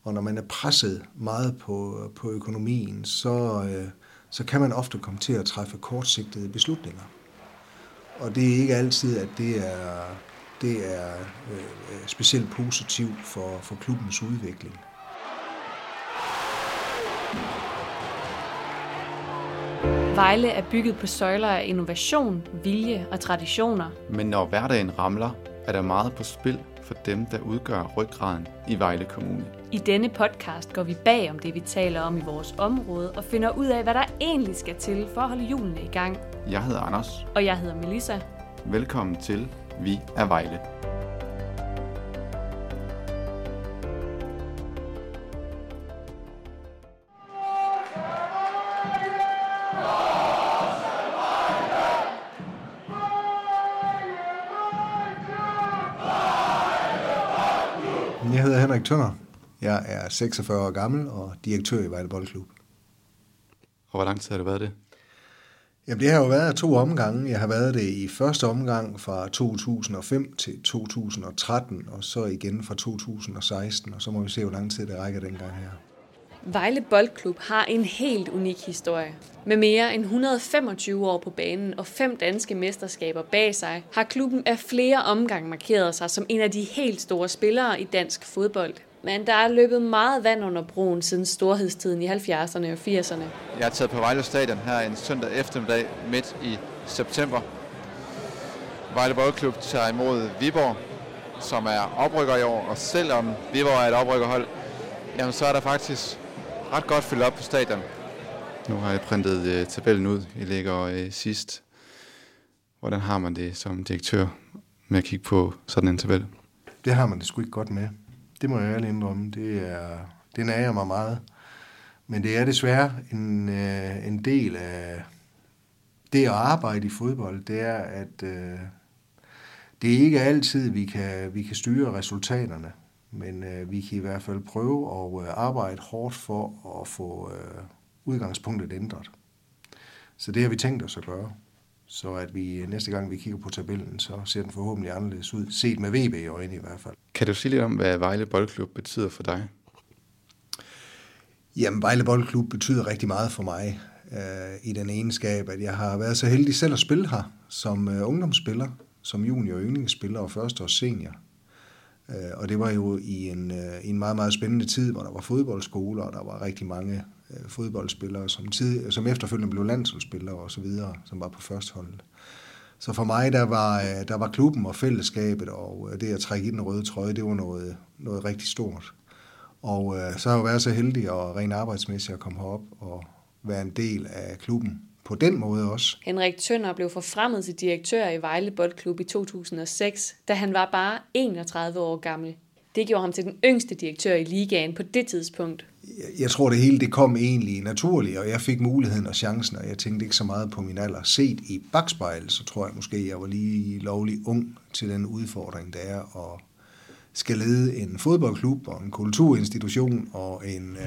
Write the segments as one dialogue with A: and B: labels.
A: Og når man er presset meget på økonomien, så kan man ofte komme til at træffe kortsigtede beslutninger. Og det er ikke altid, at det er specielt positivt for klubbens udvikling.
B: Vejle er bygget på søjler af innovation, vilje og traditioner.
C: Men når hverdagen ramler, er der meget på spil for dem, der udgør ryggraden i Vejle Kommune.
B: I denne podcast går vi bag om det, vi taler om i vores område, og finder ud af, hvad der egentlig skal til for at holde hjulene i gang.
C: Jeg hedder Anders.
B: Og jeg hedder Melissa.
C: Velkommen til Vi er Vejle.
A: Jeg hedder Henrik Tønder. Jeg er 46 år gammel og direktør i Vejle Boldklub.
C: Og hvor lang tid har det været det?
A: Jamen, det har jo været 2 omgange. Jeg har været det i første omgang fra 2005 til 2013, og så igen fra 2016, og så må vi se, hvor lang tid det rækker dengang her.
B: Vejle Boldklub har en helt unik historie. Med mere end 125 år på banen og 5 danske mesterskaber bag sig, har klubben af flere omgange markeret sig som en af de helt store spillere i dansk fodbold. Men der er løbet meget vand under broen siden storhedstiden i 70'erne og 80'erne.
C: Jeg er taget på Vejle Stadion her en søndag eftermiddag midt i september. Vejle Boldklub tager imod Viborg, som er oprykker i år, og selvom Viborg er et oprykkerhold, jamen så er der faktisk ret godt fyldt op på stadion. Nu har jeg printet tabellen ud. I ligger sidst. Hvordan har man det som direktør med at kigge på sådan en tabel?
A: Det har man det sgu ikke godt med. Det må jeg ærligt indrømme. Det nager mig meget. Men det er desværre en del af det at arbejde i fodbold. Det er, at det er ikke altid, vi kan styre resultaterne. Men vi kan i hvert fald prøve at arbejde hårdt for at få udgangspunktet ændret. Så det har vi tænkt os at gøre. Så at vi næste gang vi kigger på tabellen, så ser den forhåbentlig anderledes ud. Set med VB i øjnene i hvert fald.
C: Kan du sige lidt om, hvad Vejle Boldklub betyder for dig?
A: Jamen, Vejle Boldklub betyder rigtig meget for mig. I den egenskab, at jeg har været så heldig selv at spille her som ungdomsspiller, som junior- og yndlingsspiller og førsteårs senior. Og det var jo i en meget, meget spændende tid, hvor der var fodboldskoler, og der var rigtig mange fodboldspillere, som efterfølgende blev landsholdsspillere og så videre, som var på førsteholdet. Så for mig, der var klubben og fællesskabet, og det at trække i den røde trøje, det var noget rigtig stort. Og så har jeg været så heldig og rent arbejdsmæssigt at komme herop og være en del af klubben. På den måde også.
B: Henrik Tønder blev forfremmet til direktør i Vejle Boldklub i 2006, da han var bare 31 år gammel. Det gjorde ham til den yngste direktør i ligaen på det tidspunkt.
A: Jeg tror, det hele det kom egentlig naturligt, og jeg fik muligheden og chancen, og jeg tænkte ikke så meget på min alder. Set i bakspejlet, så tror jeg måske, jeg var lige lovlig ung til den udfordring, der er at skal lede en fodboldklub og en kulturinstitution og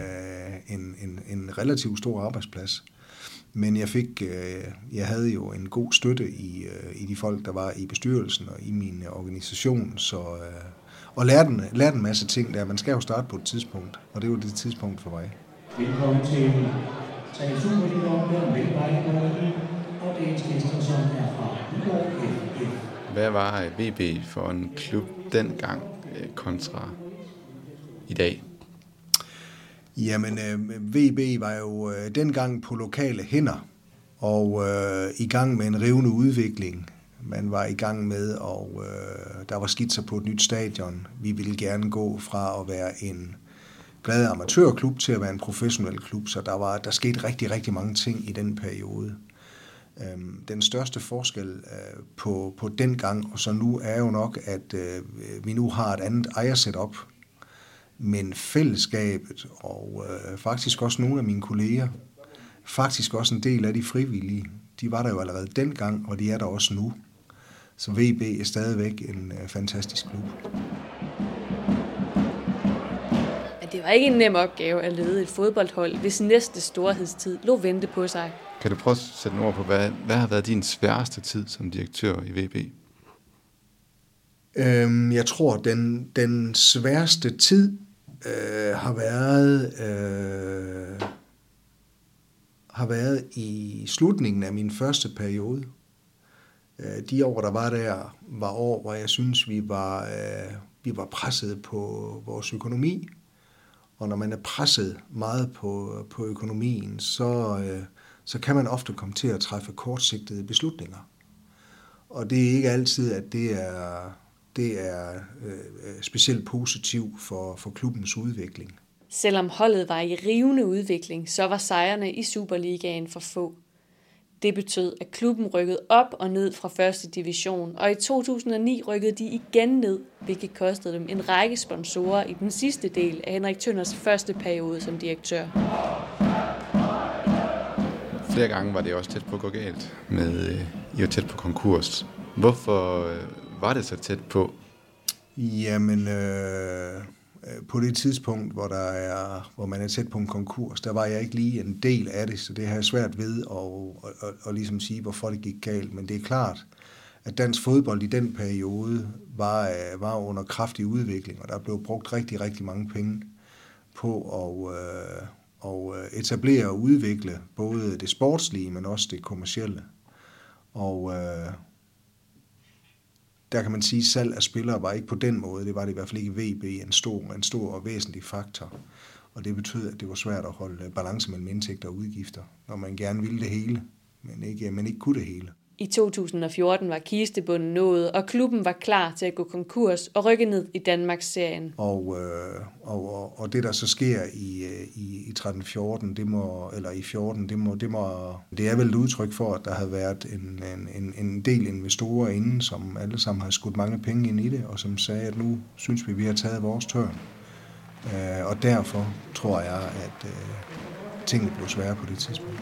A: en relativt stor arbejdsplads. Men jeg havde jo en god støtte i de folk, der var i bestyrelsen og i min organisation, og lærte en masse ting der. Man skal jo starte på et tidspunkt, og det var det tidspunkt for mig.
D: Velkommen til 3 Superligaer mellem Vejle og dagens gæster, som er fra Viborg FF.
C: Hvad var VB for en klub dengang kontra i dag?
A: Jamen, VB var jo dengang på lokale hænder og i gang med en rivende udvikling. Man var i gang med, og der var skitser på et nyt stadion. Vi ville gerne gå fra at være en glad amatørklub til at være en professionel klub, så der skete rigtig, rigtig mange ting i den periode. Den største forskel på den gang og så nu er jo nok, at vi nu har et andet ejersetup. Men fællesskabet og faktisk også nogle af mine kolleger, faktisk også en del af de frivillige, de var der jo allerede dengang, og de er der også nu. Så VB er stadigvæk en fantastisk klub.
B: Men det var ikke en nem opgave at lede et fodboldhold, hvis næste storhedstid lå vente på sig.
C: Kan du prøve at sætte ord på, hvad har været din sværeste tid som direktør i VB?
A: Jeg tror, den sværeste tid har været i slutningen af min første periode. De år, der var der, var år, hvor jeg synes, vi var presset på vores økonomi. Og når man er presset meget på økonomien, så kan man ofte komme til at træffe kortsigtede beslutninger. Og det er ikke altid, at det er specielt positivt for klubbens udvikling.
B: Selvom holdet var i rivende udvikling, så var sejrene i Superligaen for få. Det betød, at klubben rykkede op og ned fra første division, og i 2009 rykkede de igen ned, hvilket kostede dem en række sponsorer i den sidste del af Henrik Tønders første periode som direktør.
C: Flere gange var det også tæt på at gå galt. I var tæt på konkurs. Hvorfor var det så tæt på?
A: Jamen, på det tidspunkt, hvor man er tæt på en konkurs, der var jeg ikke lige en del af det, så det har jeg svært ved at ligesom sige, hvorfor det gik galt. Men det er klart, at dansk fodbold i den periode var under kraftig udvikling, og der blev brugt rigtig, rigtig mange penge på at etablere og udvikle både det sportslige, men også det kommercielle. Og der kan man sige, at salg af spillere var ikke på den måde. Det var det i hvert fald ikke VB, en stor og væsentlig faktor. Og det betød, at det var svært at holde balance mellem indtægter og udgifter, når man gerne ville det hele, men ikke kunne det hele.
B: I 2014 var kistebunden nået, og klubben var klar til at gå konkurs og rykke ned i Danmarksserien.
A: Og det, der så sker i 13-14, det er vel et udtryk for, at der havde været en del investorer inden, som alle sammen har skudt mange penge ind i det, og som sagde, at nu synes vi har taget vores tørn. Og derfor tror jeg, at tingene blev svære på det tidspunkt.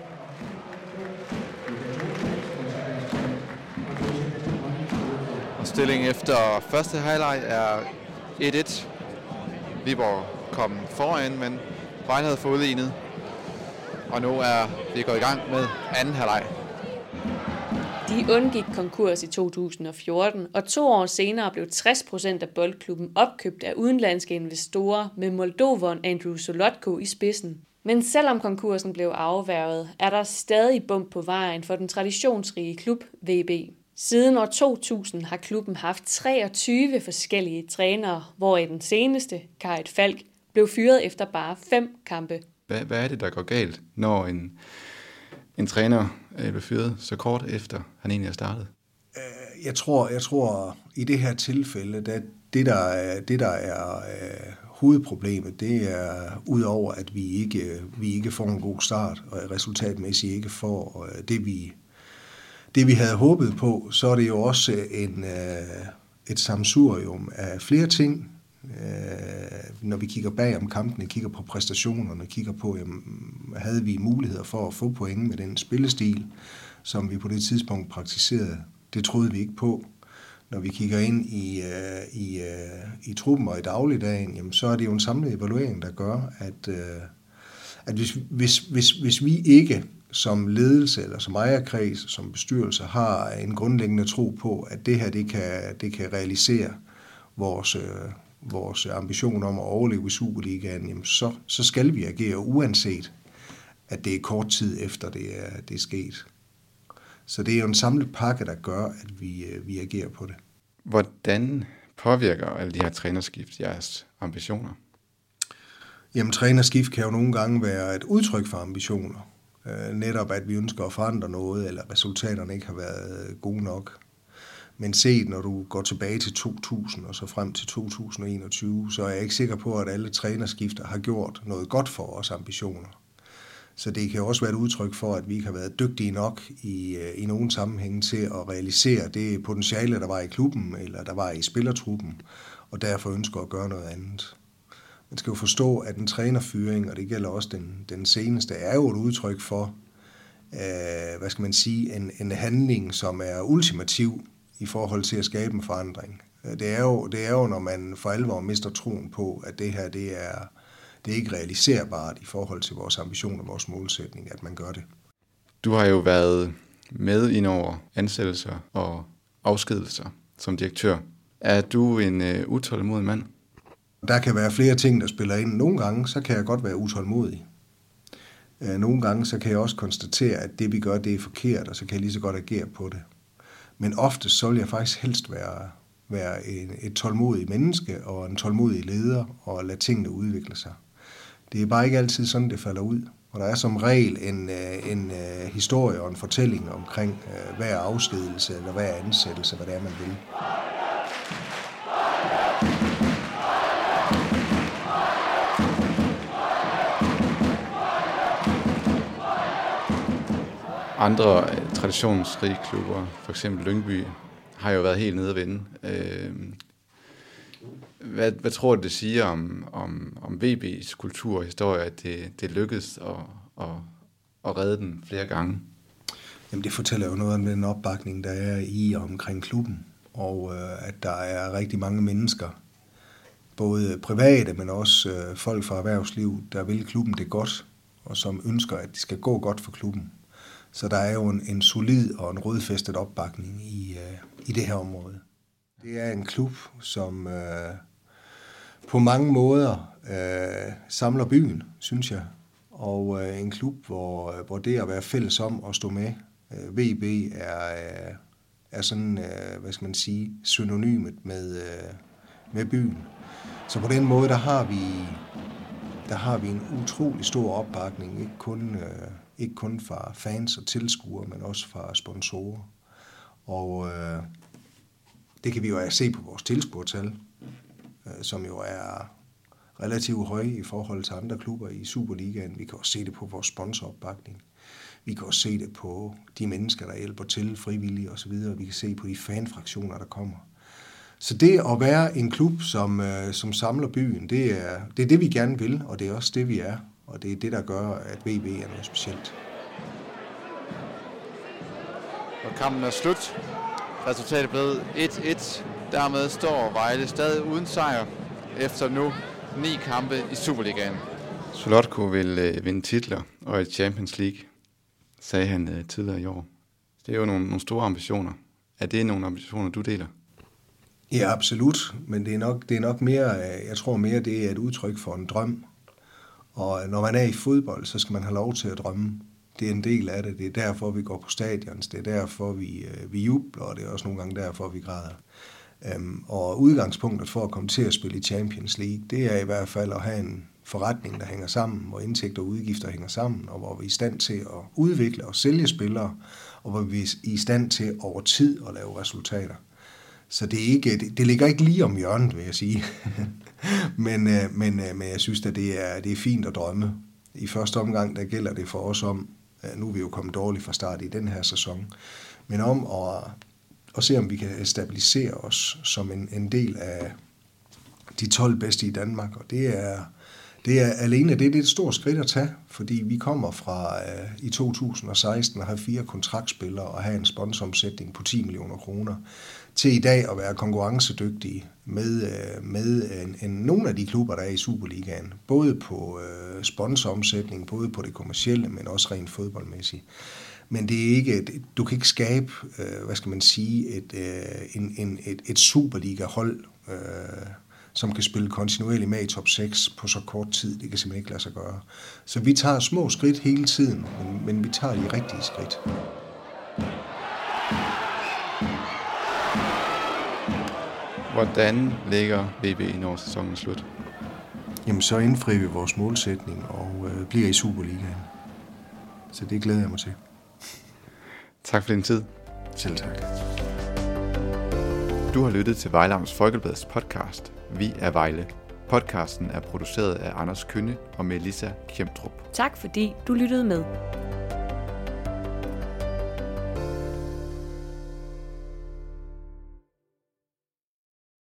C: Stillingen efter første halvleg er 1-1. Viborg kom foran, men Vejle havde fået udlignet. Og nu er vi gået i gang med anden halvleg.
B: De undgik konkurs i 2014, og 2 år senere blev 60% af boldklubben opkøbt af udenlandske investorer med moldoveren Andrew Solotko i spidsen. Men selvom konkursen blev afværget, er der stadig bump på vejen for den traditionsrige klub VB. Siden år 2000 har klubben haft 23 forskellige trænere, hvoraf den seneste, Karit Falk, blev fyret efter bare 5 kampe.
C: Hvad er det, der går galt, når en træner blev fyret så kort efter han egentlig er startet?
A: Jeg tror i det her tilfælde, at det der er hovedproblemet, det er udover at vi ikke får en god start, og resultatmæssigt ikke får det vi havde håbet på, så er det jo også et sammensurium af flere ting. Når vi kigger bag om kampene, kigger på præstationerne, kigger på, jamen, havde vi muligheder for at få point med den spillestil, som vi på det tidspunkt praktiserede. Det troede vi ikke på. Når vi kigger ind i truppen og i dagligdagen, jamen, så er det jo en samlet evaluering, der gør, at hvis vi ikke som ledelse eller som ejerkreds, som bestyrelse, har en grundlæggende tro på, at det her det kan realisere vores ambition om at overleve i Superligaen, jamen så skal vi agere, uanset at det er kort tid efter det er sket. Så det er jo en samlet pakke, der gør, at vi agerer på det.
C: Hvordan påvirker alle de her trænerskift jeres ambitioner?
A: Jamen, trænerskift kan jo nogle gange være et udtryk for ambitioner. Netop at vi ønsker at forandre noget, eller resultaterne ikke har været gode nok. Men set, når du går tilbage til 2000 og så frem til 2021, så er jeg ikke sikker på, at alle trænerskifter har gjort noget godt for os ambitioner. Så det kan også være et udtryk for, at vi ikke har været dygtige nok i nogen sammenhæng til at realisere det potentiale, der var i klubben, eller der var i spillertruppen, og derfor ønsker at gøre noget andet. Man skal jo forstå, at en trænerfyring, og det gælder også den seneste, er jo et udtryk for, en handling, som er ultimativ i forhold til at skabe en forandring. Det er jo, når man for alvor mister troen på, at det her, det er ikke realiserbart i forhold til vores ambition og vores målsætning, at man gør det.
C: Du har jo været med ind over ansættelser og afskedelser som direktør. Er du en utålmodig mand?
A: Der kan være flere ting, der spiller ind. Nogle gange, så kan jeg godt være utålmodig. Nogle gange, så kan jeg også konstatere, at det vi gør, det er forkert, og så kan jeg lige så godt agere på det. Men ofte så vil jeg faktisk helst være et tålmodigt menneske og en tålmodig leder og lade tingene udvikle sig. Det er bare ikke altid sådan, det falder ud. Og der er som regel en historie og en fortælling omkring hvad er afskedelse eller hvad er ansættelse, hvad det er, man vil.
C: Andre traditionsrige klubber, for eksempel Lyngby, har jo været helt nede at vinde. Hvad tror du, det siger om VB's kultur og historie, at det lykkedes at redde den flere gange?
A: Jamen det fortæller jo noget om den opbakning, der er i og omkring klubben, og at der er rigtig mange mennesker, både private, men også folk fra erhvervsliv, der vil klubben det godt, og som ønsker, at det skal gå godt for klubben. Så der er jo en solid og en rodfæstet opbakning i det her område. Det er en klub, som på mange måder samler byen, synes jeg. Og en klub, hvor det at være fælles om at stå med, VB er sådan, hvad skal man sige, synonymet med byen. Så på den måde, der har vi en utrolig stor opbakning, ikke kun fra fans og tilskuere, men også fra sponsorer. Og det kan vi jo se på vores tilskuertal, som jo er relativt høje i forhold til andre klubber i Superligaen. Vi kan også se det på vores sponsoropbakning. Vi kan også se det på de mennesker, der hjælper til, frivillige osv. Vi kan se på de fanfraktioner, der kommer. Så det at være en klub, som samler byen, det er det, vi gerne vil, og det er også det, vi er. Og det er det, der gør, at VB er noget specielt.
C: Og kampen er slut. Resultatet er blevet 1-1. Dermed står Vejle stadig uden sejr efter nu 9 kampe i Superligaen. Solotko vil vinde titler og et Champions League, sagde han tidligere i år. Det er jo nogle store ambitioner. Er det nogle ambitioner, du deler?
A: Ja, absolut. Men det er nok mere, jeg tror mere, det er et udtryk for en drøm. Og når man er i fodbold, så skal man have lov til at drømme. Det er en del af det. Det er derfor, vi går på stadions. Det er derfor, vi jubler, og det er også nogle gange derfor, vi græder. Og udgangspunktet for at komme til at spille i Champions League, det er i hvert fald at have en forretning, der hænger sammen, hvor indtægter og udgifter hænger sammen, og hvor vi er i stand til at udvikle og sælge spillere, og hvor vi er i stand til over tid at lave resultater. Så det ligger ikke lige om hjørnet, vil jeg sige. men jeg synes, at det er fint at drømme. I første omgang, der gælder det for os om, nu er vi jo kommet dårligt fra start i den her sæson, men om at se, om vi kan stabilisere os som en del af de 12 bedste i Danmark. Og det er alene det er et stort skridt at tage, fordi vi kommer fra i 2016 at have 4 kontraktspillere og have en sponsoromsætning på 10 millioner kroner, til i dag at være konkurrencedygtige med nogle af de klubber, der er i Superligaen. Både på sponsoromsætning, både på det kommercielle, men også rent fodboldmæssigt. Men det er ikke, du kan ikke skabe, hvad skal man sige, et Superliga-hold, som kan spille kontinuerligt med i top 6 på så kort tid. Det kan simpelthen ikke lade sig gøre. Så vi tager små skridt hele tiden, men vi tager de rigtige skridt.
C: Hvordan ligger VB, når sæsonen er slut?
A: Jamen, så indfrier vi vores målsætning og bliver i Superligaen. Så det glæder jeg mig til.
C: Tak for din tid.
A: Selv tak.
C: Du har lyttet til Vejle Amts Folkebladets podcast, Vi er Vejle. Podcasten er produceret af Anders Kønne og Melissa Kjemtrup.
B: Tak fordi du lyttede med.